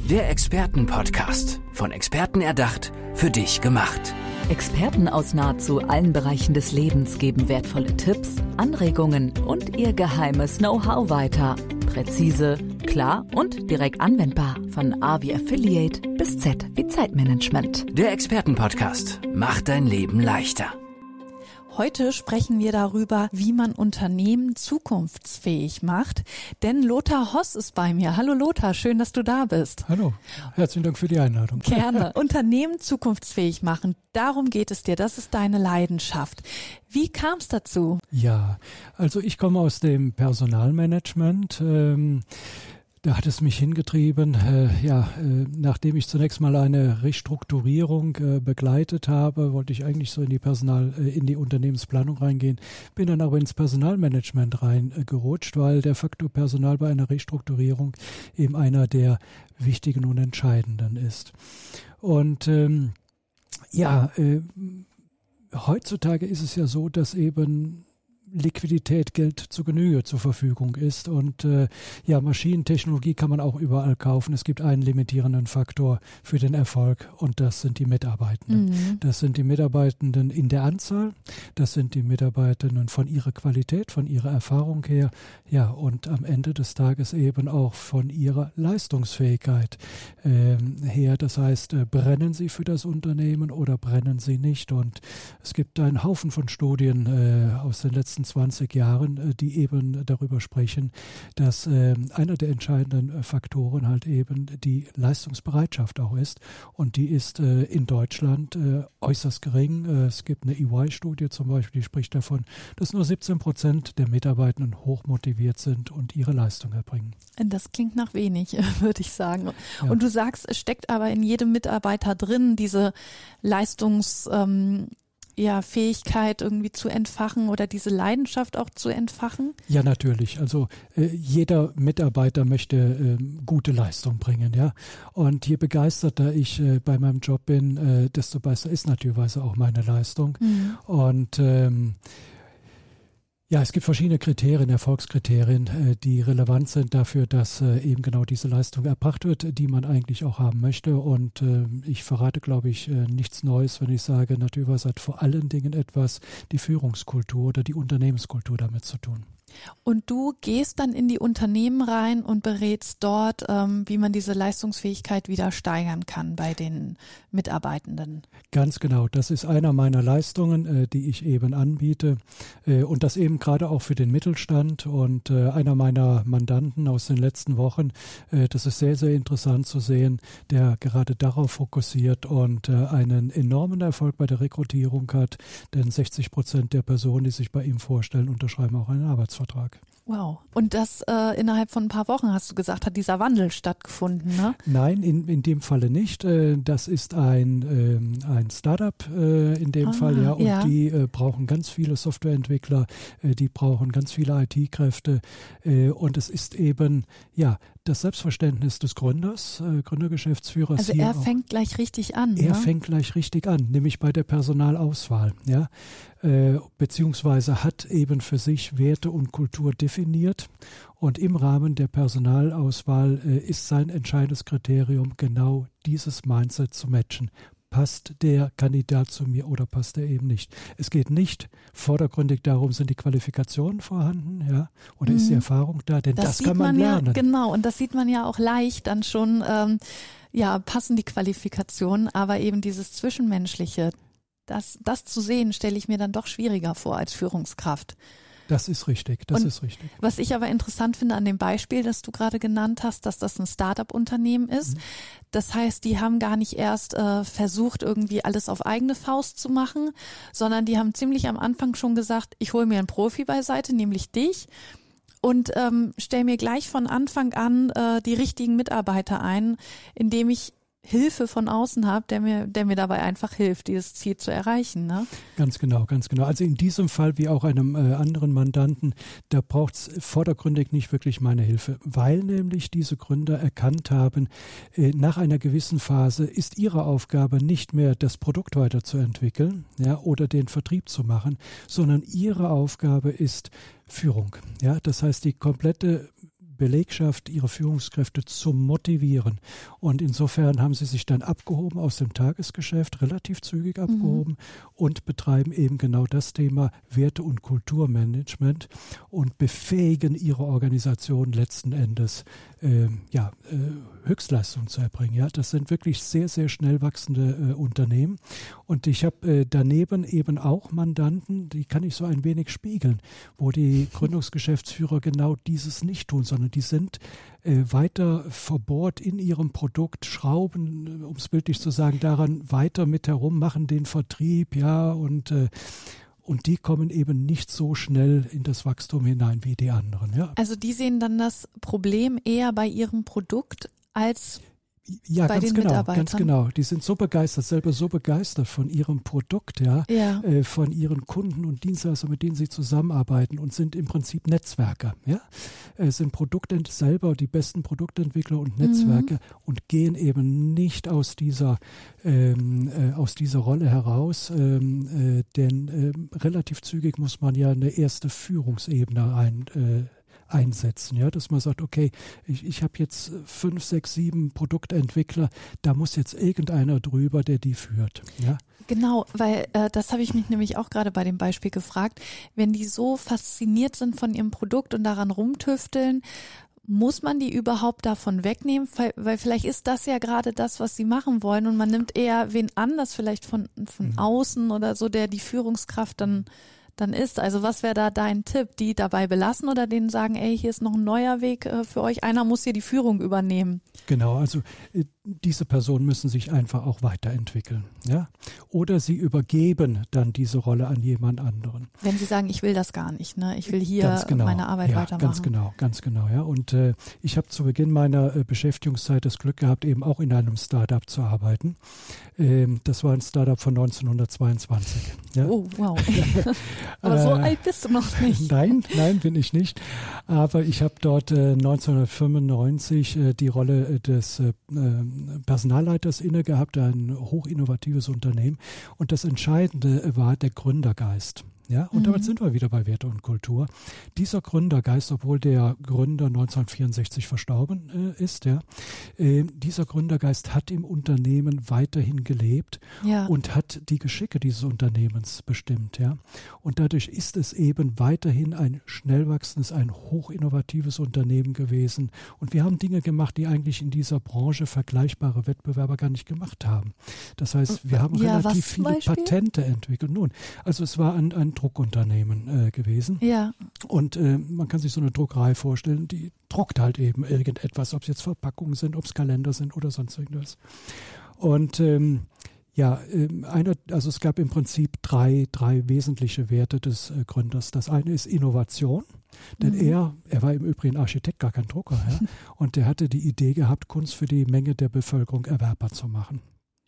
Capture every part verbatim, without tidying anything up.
Der Experten-Podcast. Von Experten erdacht, für dich gemacht. Experten aus nahezu allen Bereichen des Lebens geben wertvolle Tipps, Anregungen und ihr geheimes Know-how weiter. Präzise, klar und direkt anwendbar. Von A wie Affiliate bis Z wie Zeitmanagement. Der Experten-Podcast macht dein Leben leichter. Heute sprechen wir darüber, wie man Unternehmen zukunftsfähig macht. Denn Lothar Hoss ist bei mir. Hallo Lothar, schön, dass du da bist. Hallo, herzlichen Dank für die Einladung. Gerne. Unternehmen zukunftsfähig machen, darum geht es dir. Das ist deine Leidenschaft. Wie kam es dazu? Ja, also ich komme aus dem Personalmanagement. Ähm, Da hat es mich hingetrieben, äh, ja, äh, nachdem ich zunächst mal eine Restrukturierung äh, begleitet habe, wollte ich eigentlich so in die Personal, äh, in die Unternehmensplanung reingehen, bin dann aber ins Personalmanagement reingerutscht, äh, weil der Faktor Personal bei einer Restrukturierung eben einer der wichtigen und entscheidenden ist. Und ähm, ja, äh, heutzutage ist es ja so, dass eben Liquidität, Geld zu Genüge zur Verfügung ist und äh, ja, Maschinentechnologie kann man auch überall kaufen. Es gibt einen limitierenden Faktor für den Erfolg und das sind die Mitarbeitenden. Mhm. Das sind die Mitarbeitenden in der Anzahl, das sind die Mitarbeitenden von ihrer Qualität, von ihrer Erfahrung her, ja, und am Ende des Tages eben auch von ihrer Leistungsfähigkeit ähm, her. Das heißt, äh, brennen sie für das Unternehmen oder brennen sie nicht? Und es gibt einen Haufen von Studien äh, aus den letzten zwanzig Jahren, die eben darüber sprechen, dass äh, einer der entscheidenden Faktoren halt eben die Leistungsbereitschaft auch ist. Und die ist äh, in Deutschland äh, äußerst gering. Äh, es gibt eine E Y-Studie zum Beispiel, die spricht davon, dass nur siebzehn Prozent der Mitarbeitenden hochmotiviert sind und ihre Leistung erbringen. Das klingt nach wenig, würde ich sagen. Ja. Und du sagst, es steckt aber in jedem Mitarbeiter drin, diese Leistungs- ähm ja, Fähigkeit irgendwie zu entfachen oder diese Leidenschaft auch zu entfachen? Ja, natürlich. Also äh, jeder Mitarbeiter möchte äh, gute Leistung bringen, ja. Und je begeisterter ich äh, bei meinem Job bin, äh, desto besser ist natürlich auch meine Leistung. Mhm. Und ähm, ja, es gibt verschiedene Kriterien, Erfolgskriterien, äh, die relevant sind dafür, dass äh, eben genau diese Leistung erbracht wird, die man eigentlich auch haben möchte. Und äh, ich verrate, glaube ich, äh, nichts Neues, wenn ich sage, natürlich hat vor allen Dingen etwas die Führungskultur oder die Unternehmenskultur damit zu tun. Und du gehst dann in die Unternehmen rein und berätst dort, ähm, wie man diese Leistungsfähigkeit wieder steigern kann bei den Mitarbeitenden. Ganz genau, das ist einer meiner Leistungen, äh, die ich eben anbiete äh, und das eben gerade auch für den Mittelstand und äh, einer meiner Mandanten aus den letzten Wochen, äh, das ist sehr, sehr interessant zu sehen, der gerade darauf fokussiert und äh, einen enormen Erfolg bei der Rekrutierung hat, denn sechzig Prozent der Personen, die sich bei ihm vorstellen, unterschreiben auch einen Arbeitsvertrag. Wow. Und das äh, innerhalb von ein paar Wochen, hast du gesagt, hat dieser Wandel stattgefunden, ne? Nein, in, in dem Falle nicht. Äh, das ist ein, ähm, ein Startup äh, in dem ah, Fall, ja. Und ja. die äh, brauchen ganz viele Softwareentwickler, äh, die brauchen ganz viele I T-Kräfte. Äh, und es ist eben, ja, das Selbstverständnis des Gründers, äh, Gründergeschäftsführers. Also hier er auch. fängt gleich richtig an. Er ne? fängt gleich richtig an, nämlich bei der Personalauswahl, ja, äh, beziehungsweise hat eben für sich Werte und Kultur definiert und im Rahmen der Personalauswahl äh, ist sein entscheidendes Kriterium genau dieses Mindset zu matchen. Passt der Kandidat zu mir oder passt er eben nicht? Es geht nicht vordergründig darum, sind die Qualifikationen vorhanden, ja, oder mhm. ist die Erfahrung da? Denn das, das kann man, man lernen. Ja, genau, und das sieht man ja auch leicht dann schon, ähm, ja, passen die Qualifikationen, aber eben dieses Zwischenmenschliche, das, das zu sehen, stelle ich mir dann doch schwieriger vor als Führungskraft. Das ist richtig, das und ist richtig. Was ich aber interessant finde an dem Beispiel, das du gerade genannt hast, dass das ein Start-up-Unternehmen ist. Mhm. Das heißt, die haben gar nicht erst äh, versucht, irgendwie alles auf eigene Faust zu machen, sondern die haben ziemlich am Anfang schon gesagt, ich hole mir einen Profi beiseite, nämlich dich, und ähm, stelle mir gleich von Anfang an äh, die richtigen Mitarbeiter ein, indem ich Hilfe von außen habe, der mir, der mir dabei einfach hilft, dieses Ziel zu erreichen. Ne? Ganz genau, ganz genau. Also in diesem Fall wie auch einem äh, anderen Mandanten, da braucht es vordergründig nicht wirklich meine Hilfe, weil nämlich diese Gründer erkannt haben, äh, nach einer gewissen Phase ist ihre Aufgabe nicht mehr, das Produkt weiterzuentwickeln, ja, oder den Vertrieb zu machen, sondern ihre Aufgabe ist Führung. Ja, das heißt, die komplette Belegschaft, ihre Führungskräfte zu motivieren. Und insofern haben sie sich dann abgehoben aus dem Tagesgeschäft, relativ zügig abgehoben mhm. und betreiben eben genau das Thema Werte- und Kulturmanagement und befähigen ihre Organisation letzten Endes äh, ja, äh, Höchstleistung zu erbringen. Ja, das sind wirklich sehr, sehr schnell wachsende äh, Unternehmen. Und ich habe äh, daneben eben auch Mandanten, die kann ich so ein wenig spiegeln, wo die Gründungsgeschäftsführer genau dieses nicht tun, sondern die sind äh, weiter verbohrt in ihrem Produkt, schrauben, um es bildlich zu sagen, daran weiter mit herum, machen den Vertrieb, ja, und äh, Und die kommen eben nicht so schnell in das Wachstum hinein wie die anderen. Ja. Also die sehen dann das Problem eher bei ihrem Produkt als ja, bei ganz den genau, Mitarbeitern. ganz genau. Die sind so begeistert, selber so begeistert von ihrem Produkt, ja, ja. äh, von ihren Kunden und Dienstleistern, mit denen sie zusammenarbeiten und sind im Prinzip Netzwerker, ja, äh, sind Produktent selber die besten Produktentwickler und Netzwerke mhm. und gehen eben nicht aus dieser ähm, äh, aus dieser Rolle heraus, ähm, äh, denn äh, relativ zügig muss man ja eine erste Führungsebene ein äh, einsetzen, ja, dass man sagt, okay, ich, ich habe jetzt fünf, sechs, sieben Produktentwickler, da muss jetzt irgendeiner drüber, der die führt, ja. Genau, weil äh, das habe ich mich nämlich auch gerade bei dem Beispiel gefragt, wenn die so fasziniert sind von ihrem Produkt und daran rumtüfteln, muss man die überhaupt davon wegnehmen? Weil, weil vielleicht ist das ja gerade das, was sie machen wollen und man nimmt eher wen anders vielleicht von, von mhm. außen oder so, der die Führungskraft dann dann ist. Also was wäre da dein Tipp? Die dabei belassen oder denen sagen, ey, hier ist noch ein neuer Weg äh, für euch, einer muss hier die Führung übernehmen? Genau, also äh, diese Personen müssen sich einfach auch weiterentwickeln. Ja? Oder sie übergeben dann diese Rolle an jemand anderen. Wenn sie sagen, ich will das gar nicht, ne? Ich will hier ganz genau. meine Arbeit ja, weitermachen. Ganz genau, ganz genau. Ja. Und äh, ich habe zu Beginn meiner äh, Beschäftigungszeit das Glück gehabt, eben auch in einem Startup zu arbeiten. Ähm, das war ein Startup von neunzehnhundertzweiundzwanzig. Ja. Oh, wow. Aber so äh, alt bist du noch nicht. Nein, nein, bin ich nicht. Aber ich habe dort äh, neunzehnhundertfünfundneunzig äh, die Rolle äh, des äh, Personalleiters inne gehabt, ein hochinnovatives Unternehmen. Und das Entscheidende war der Gründergeist. Ja, und mhm. damit sind wir wieder bei Werte und Kultur. Dieser Gründergeist, obwohl der Gründer neunzehnhundertvierundsechzig verstorben äh, ist, ja, äh, dieser Gründergeist hat im Unternehmen weiterhin gelebt ja. und hat die Geschicke dieses Unternehmens bestimmt. Ja. Und dadurch ist es eben weiterhin ein schnell wachsendes, ein hochinnovatives Unternehmen gewesen. Und wir haben Dinge gemacht, die eigentlich in dieser Branche vergleichbare Wettbewerber gar nicht gemacht haben. Das heißt, wir haben ja, relativ viele Beispiel? Patente entwickelt. Nun, also es war ein, ein Druckunternehmen äh, gewesen. Ja. Und äh, man kann sich so eine Druckerei vorstellen, die druckt halt eben irgendetwas, ob es jetzt Verpackungen sind, ob es Kalender sind oder sonst irgendwas. Und ähm, ja, ähm, einer, also es gab im Prinzip drei, drei wesentliche Werte des äh, Gründers. Das eine ist Innovation, denn mhm. er, er war im Übrigen Architekt, gar kein Drucker, ja, und der hatte die Idee gehabt, Kunst für die Menge der Bevölkerung erwerbbar zu machen.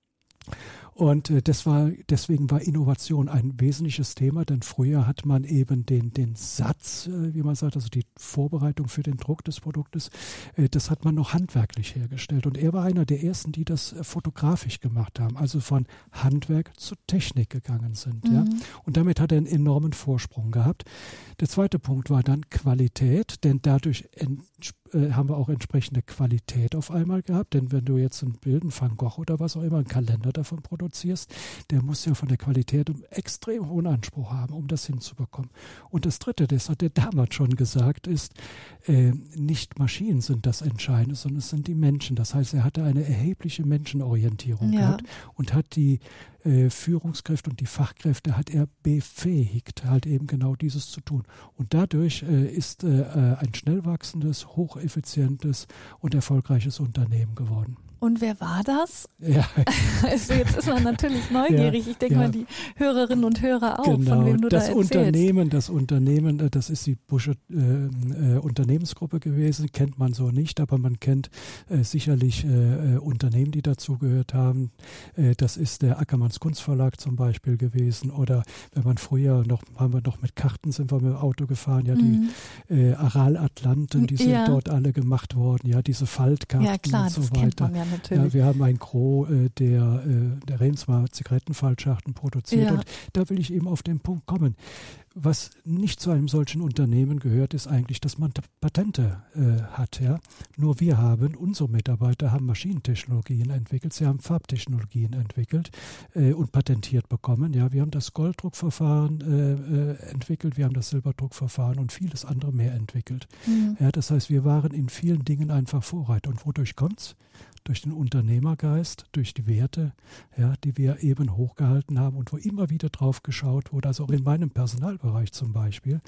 Und äh, das war, deswegen war Innovation ein wesentliches Thema, denn früher hat man eben den, den Satz, äh, wie man sagt, also die Vorbereitung für den Druck des Produktes, äh, das hat man noch handwerklich hergestellt. Und er war einer der ersten, die das äh, fotografisch gemacht haben, also von Handwerk zu Technik gegangen sind. Mhm. Ja? Und damit hat er einen enormen Vorsprung gehabt. Der zweite Punkt war dann Qualität, denn dadurch ent- äh, haben wir auch entsprechende Qualität auf einmal gehabt, denn wenn du jetzt ein Bild, ein Van Gogh oder was auch immer, einen Kalender davon produzierst, der muss ja von der Qualität einen extrem hohen Anspruch haben, um das hinzubekommen. Und das Dritte, das hat er damals schon gesagt, ist, äh, nicht Maschinen sind das Entscheidende, sondern es sind die Menschen. Das heißt, er hatte eine erhebliche Menschenorientierung ja. gehabt und hat die äh, Führungskräfte und die Fachkräfte hat er befähigt, halt eben genau dieses zu tun. Und dadurch äh, ist äh, ein schnell wachsendes, hocheffizientes und erfolgreiches Unternehmen geworden. Und wer war das? Ja. Also jetzt ist man natürlich neugierig. Ja, ich denke ja. mal, die Hörerinnen und Hörer auch, genau, von wem du das da erzählst. Unternehmen, das Unternehmen, das ist die Busche äh, äh, Unternehmensgruppe gewesen, kennt man so nicht, aber man kennt äh, sicherlich äh, Unternehmen, die dazugehört haben. Äh, das ist der Ackermanns Kunstverlag zum Beispiel gewesen, oder wenn man früher noch, haben wir noch mit Karten, sind wir mit dem Auto gefahren, ja, mhm. die äh, Aral Atlanten, die sind ja. dort alle gemacht worden, ja, diese Faltkarten ja, klar, und so das weiter. Kennt man ja natürlich. Ja, wir haben ein Gros, äh, der, äh, der Remsmar Zigarettenfallschachten produziert. Ja. Und da will ich eben auf den Punkt kommen. Was nicht zu einem solchen Unternehmen gehört, ist eigentlich, dass man Patente äh, hat. Ja? Nur wir haben, unsere Mitarbeiter haben Maschinentechnologien entwickelt, sie haben Farbtechnologien entwickelt äh, und patentiert bekommen. Ja? Wir haben das Golddruckverfahren äh, äh, entwickelt, wir haben das Silberdruckverfahren und vieles andere mehr entwickelt. Mhm. Ja, das heißt, wir waren in vielen Dingen einfach Vorreiter. Und wodurch kommt's? Durch den Unternehmergeist, durch die Werte, ja, die wir eben hochgehalten haben und wo immer wieder drauf geschaut wurde, also auch in meinem Personalbereich zum Beispiel.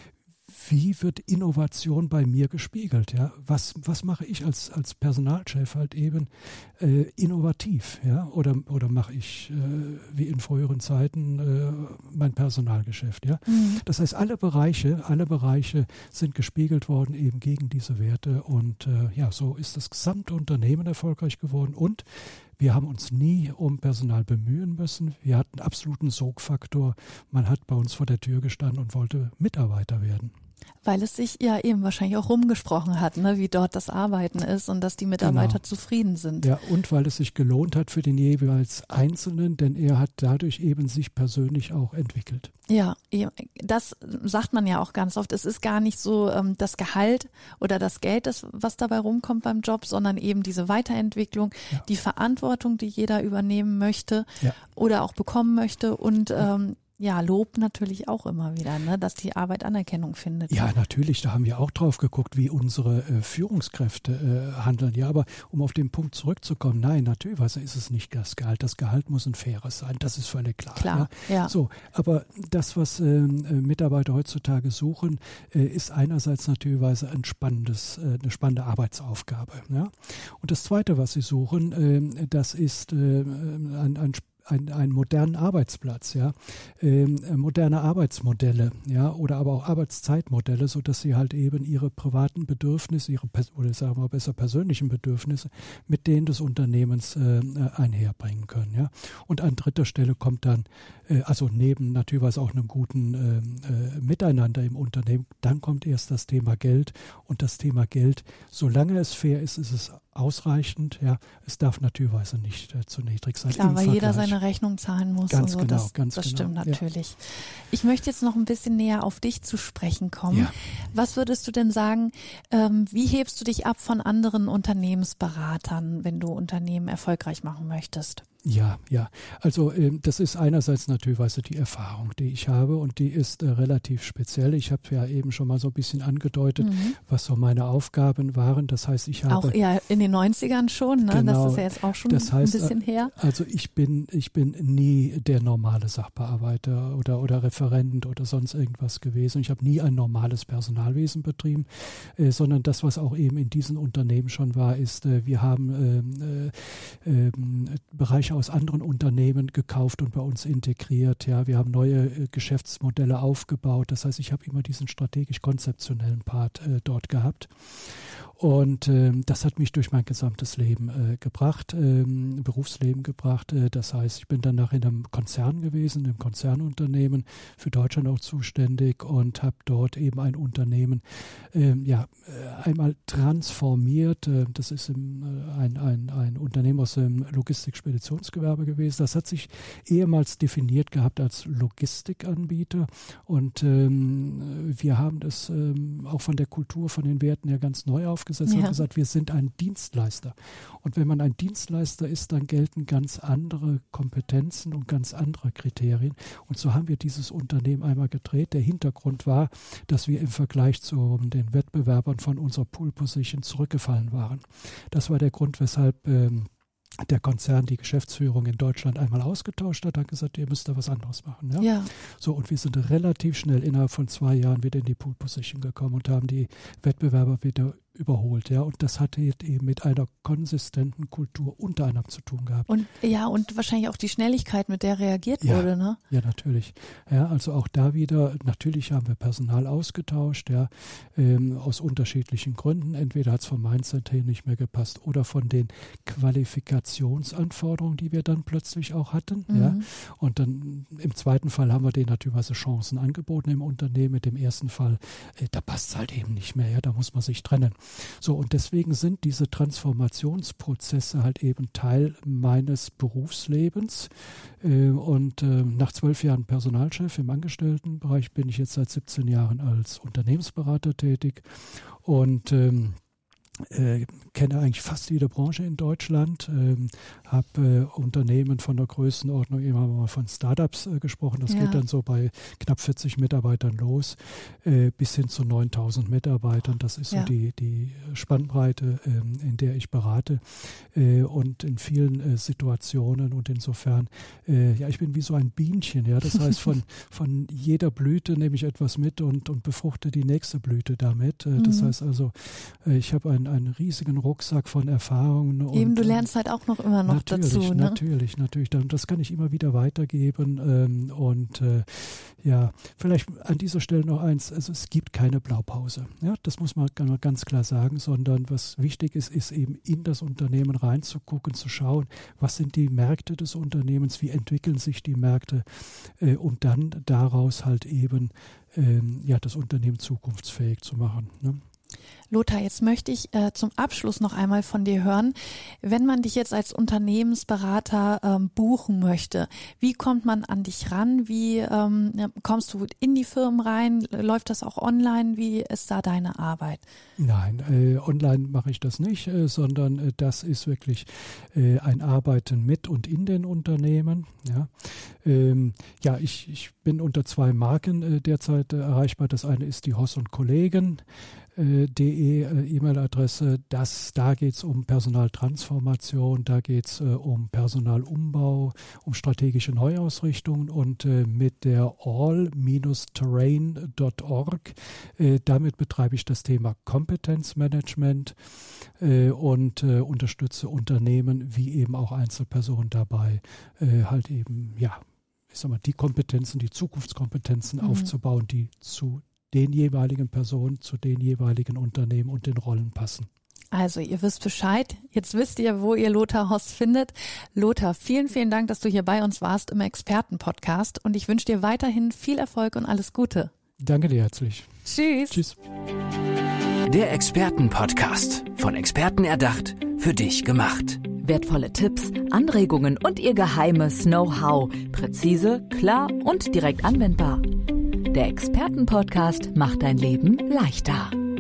Wie wird Innovation bei mir gespiegelt? Ja? Was, was mache ich als, als Personalchef halt eben äh, innovativ? Ja? Oder, oder mache ich äh, wie in früheren Zeiten äh, mein Personalgeschäft? Ja? Mhm. Das heißt, alle Bereiche, alle Bereiche sind gespiegelt worden eben gegen diese Werte und äh, ja, so ist das gesamte Unternehmen erfolgreich geworden und wir haben uns nie um Personal bemühen müssen. Wir hatten absoluten Sogfaktor. Man hat bei uns vor der Tür gestanden und wollte Mitarbeiter werden. Weil es sich ja eben wahrscheinlich auch rumgesprochen hat, ne, wie dort das Arbeiten ist und dass die Mitarbeiter genau. zufrieden sind. Ja, und weil es sich gelohnt hat für den jeweils Einzelnen, denn er hat dadurch eben sich persönlich auch entwickelt. Ja, das sagt man ja auch ganz oft. Es ist gar nicht so ähm, das Gehalt oder das Geld, das, was dabei rumkommt beim Job, sondern eben diese Weiterentwicklung, ja. die Verantwortung, die jeder übernehmen möchte ja. oder auch bekommen möchte und ja. ähm, Ja, Lob natürlich auch immer wieder, ne, dass die Arbeit Anerkennung findet. Ja, natürlich, da haben wir auch drauf geguckt, wie unsere äh, Führungskräfte äh, handeln. Ja, aber um auf den Punkt zurückzukommen, nein, natürlich ist es nicht das Gehalt. Das Gehalt muss ein faires sein, das ist völlig klar. Klar, ja. ja. So, aber das, was äh, Mitarbeiter heutzutage suchen, äh, ist einerseits natürlich ein spannendes, äh, eine spannende Arbeitsaufgabe. Ja? Und das Zweite, was sie suchen, äh, das ist äh, ein, ein Ein, einen modernen Arbeitsplatz, ja, ähm, moderne Arbeitsmodelle, ja, oder aber auch Arbeitszeitmodelle, sodass sie halt eben ihre privaten Bedürfnisse, ihre oder sagen wir besser persönlichen Bedürfnisse mit denen des Unternehmens äh, einherbringen können, ja. Und an dritter Stelle kommt dann, äh, also neben natürlich auch einem guten äh, äh, Miteinander im Unternehmen, dann kommt erst das Thema Geld und das Thema Geld, solange es fair ist, ist es ausreichend, ja, es darf natürlich nicht äh, zu niedrig sein. Klar, weil jeder seine Rechnung zahlen muss. Ganz und so. genau, das, ganz das genau. stimmt natürlich. Ja. Ich möchte jetzt noch ein bisschen näher auf dich zu sprechen kommen. Ja. Was würdest du denn sagen, ähm, wie hebst du dich ab von anderen Unternehmensberatern, wenn du Unternehmen erfolgreich machen möchtest? Ja, ja. Also ähm, das ist einerseits natürlich die Erfahrung, die ich habe und die ist äh, relativ speziell. Ich habe ja eben schon mal so ein bisschen angedeutet, mhm. was so meine Aufgaben waren. Das heißt, ich habe... Auch eher in den neunzigern schon, ne? Genau, das ist ja jetzt auch schon das heißt, ein bisschen her. Also ich bin, ich bin nie der normale Sachbearbeiter oder, oder Referent oder sonst irgendwas gewesen. Ich habe nie ein normales Personalwesen betrieben, äh, sondern das, was auch eben in diesen Unternehmen schon war, ist, äh, wir haben äh, äh, Bereiche aus anderen Unternehmen gekauft und bei uns integriert. Ja, wir haben neue äh, Geschäftsmodelle aufgebaut. Das heißt, ich habe immer diesen strategisch-konzeptionellen Part äh, dort gehabt. Und äh, das hat mich durch mein gesamtes Leben äh, gebracht, äh, Berufsleben gebracht. Äh, das heißt, ich bin danach in einem Konzern gewesen, im Konzernunternehmen, für Deutschland auch zuständig und habe dort eben ein Unternehmen äh, ja, einmal transformiert. Äh, das ist im, äh, ein, ein, ein Unternehmen aus dem Logistik-Speditionsgewerbe gewesen. Das hat sich ehemals definiert gehabt als Logistikanbieter und ähm, wir haben das ähm, auch von der Kultur, von den Werten her ganz neu aufgesetzt. Ja. Und gesagt, wir sind ein Dienstleister. Und wenn man ein Dienstleister ist, dann gelten ganz andere Kompetenzen und ganz andere Kriterien. Und so haben wir dieses Unternehmen einmal gedreht. Der Hintergrund war, dass wir im Vergleich zu den Wettbewerbern von unserer Pool-Position zurückgefallen waren. Das war der Grund, weshalb ähm, der Konzern die Geschäftsführung in Deutschland einmal ausgetauscht hat, hat gesagt, ihr müsst da was anderes machen. Ja? Ja. So, und wir sind relativ schnell innerhalb von zwei Jahren wieder in die Pool-Position gekommen und haben die Wettbewerber wieder überholt, ja, und das hatte eben mit einer konsistenten Kultur unter anderem zu tun gehabt. Und ja, und wahrscheinlich auch die Schnelligkeit, mit der reagiert ja, wurde, ne? Ja, natürlich. Ja, also auch da wieder, natürlich haben wir Personal ausgetauscht, ja, ähm, aus unterschiedlichen Gründen. Entweder hat es vom Mindset her nicht mehr gepasst oder von den Qualifikationsanforderungen, die wir dann plötzlich auch hatten, mhm. ja. Und dann im zweiten Fall haben wir denen natürlich Chancen angeboten im Unternehmen. Mit dem ersten Fall, äh, da passt es halt eben nicht mehr, ja, da muss man sich trennen. So, und deswegen sind diese Transformationsprozesse halt eben Teil meines Berufslebens. Und nach zwölf Jahren Personalchef im Angestelltenbereich bin ich jetzt seit siebzehn Jahren als Unternehmensberater tätig und ähm, Äh, kenne eigentlich fast jede Branche in Deutschland, ähm, habe äh, Unternehmen von der Größenordnung, immer mal von Startups äh, gesprochen, das ja. geht dann so bei knapp vierzig Mitarbeitern los, äh, bis hin zu neuntausend Mitarbeitern, das ist ja. so die, die Spannbreite, äh, in der ich berate äh, und in vielen äh, Situationen und insofern, äh, ja, ich bin wie so ein Bienchen, ja, das heißt von, von jeder Blüte nehme ich etwas mit und, und befruchte die nächste Blüte damit, äh, mhm. das heißt also, äh, ich habe ein einen riesigen Rucksack von Erfahrungen. Eben, und, du lernst halt auch noch immer noch natürlich, dazu. Ne? Natürlich, natürlich. Das kann ich immer wieder weitergeben. Ähm, und äh, ja, vielleicht an dieser Stelle noch eins, also es gibt keine Blaupause. Ja, das muss man ganz klar sagen, sondern was wichtig ist, ist eben in das Unternehmen reinzugucken, zu schauen, was sind die Märkte des Unternehmens, wie entwickeln sich die Märkte äh, und dann daraus halt eben ähm, ja, das Unternehmen zukunftsfähig zu machen. Ne? Lothar, jetzt möchte ich äh, zum Abschluss noch einmal von dir hören, wenn man dich jetzt als Unternehmensberater ähm, buchen möchte, wie kommt man an dich ran? Wie ähm, kommst du in die Firmen rein? Läuft das auch online? Wie ist da deine Arbeit? Nein, äh, online mache ich das nicht, äh, sondern äh, das ist wirklich äh, ein Arbeiten mit und in den Unternehmen. Ja, ähm, ja ich, ich bin unter zwei Marken äh, derzeit äh, erreichbar. Das eine ist die Hoss und Kollegen. De E-Mail-Adresse, das, da geht es um Personaltransformation, da geht es äh, um Personalumbau, um strategische Neuausrichtungen und äh, mit der all Bindestrich terrain Punkt org, äh, damit betreibe ich das Thema Kompetenzmanagement äh, und äh, unterstütze Unternehmen wie eben auch Einzelpersonen dabei, äh, halt eben, ja, ich sag mal, die Kompetenzen, die Zukunftskompetenzen mhm. aufzubauen, die zu den jeweiligen Personen, zu den jeweiligen Unternehmen und den Rollen passen. Also ihr wisst Bescheid, jetzt wisst ihr, wo ihr Lothar Hoss findet. Lothar, vielen, vielen Dank, dass du hier bei uns warst im Experten-Podcast und ich wünsche dir weiterhin viel Erfolg und alles Gute. Danke dir herzlich. Tschüss. Tschüss. Der Experten-Podcast, von Experten erdacht, für dich gemacht. Wertvolle Tipps, Anregungen und ihr geheimes Know-how. Präzise, klar und direkt anwendbar. Der Experten-Podcast macht dein Leben leichter.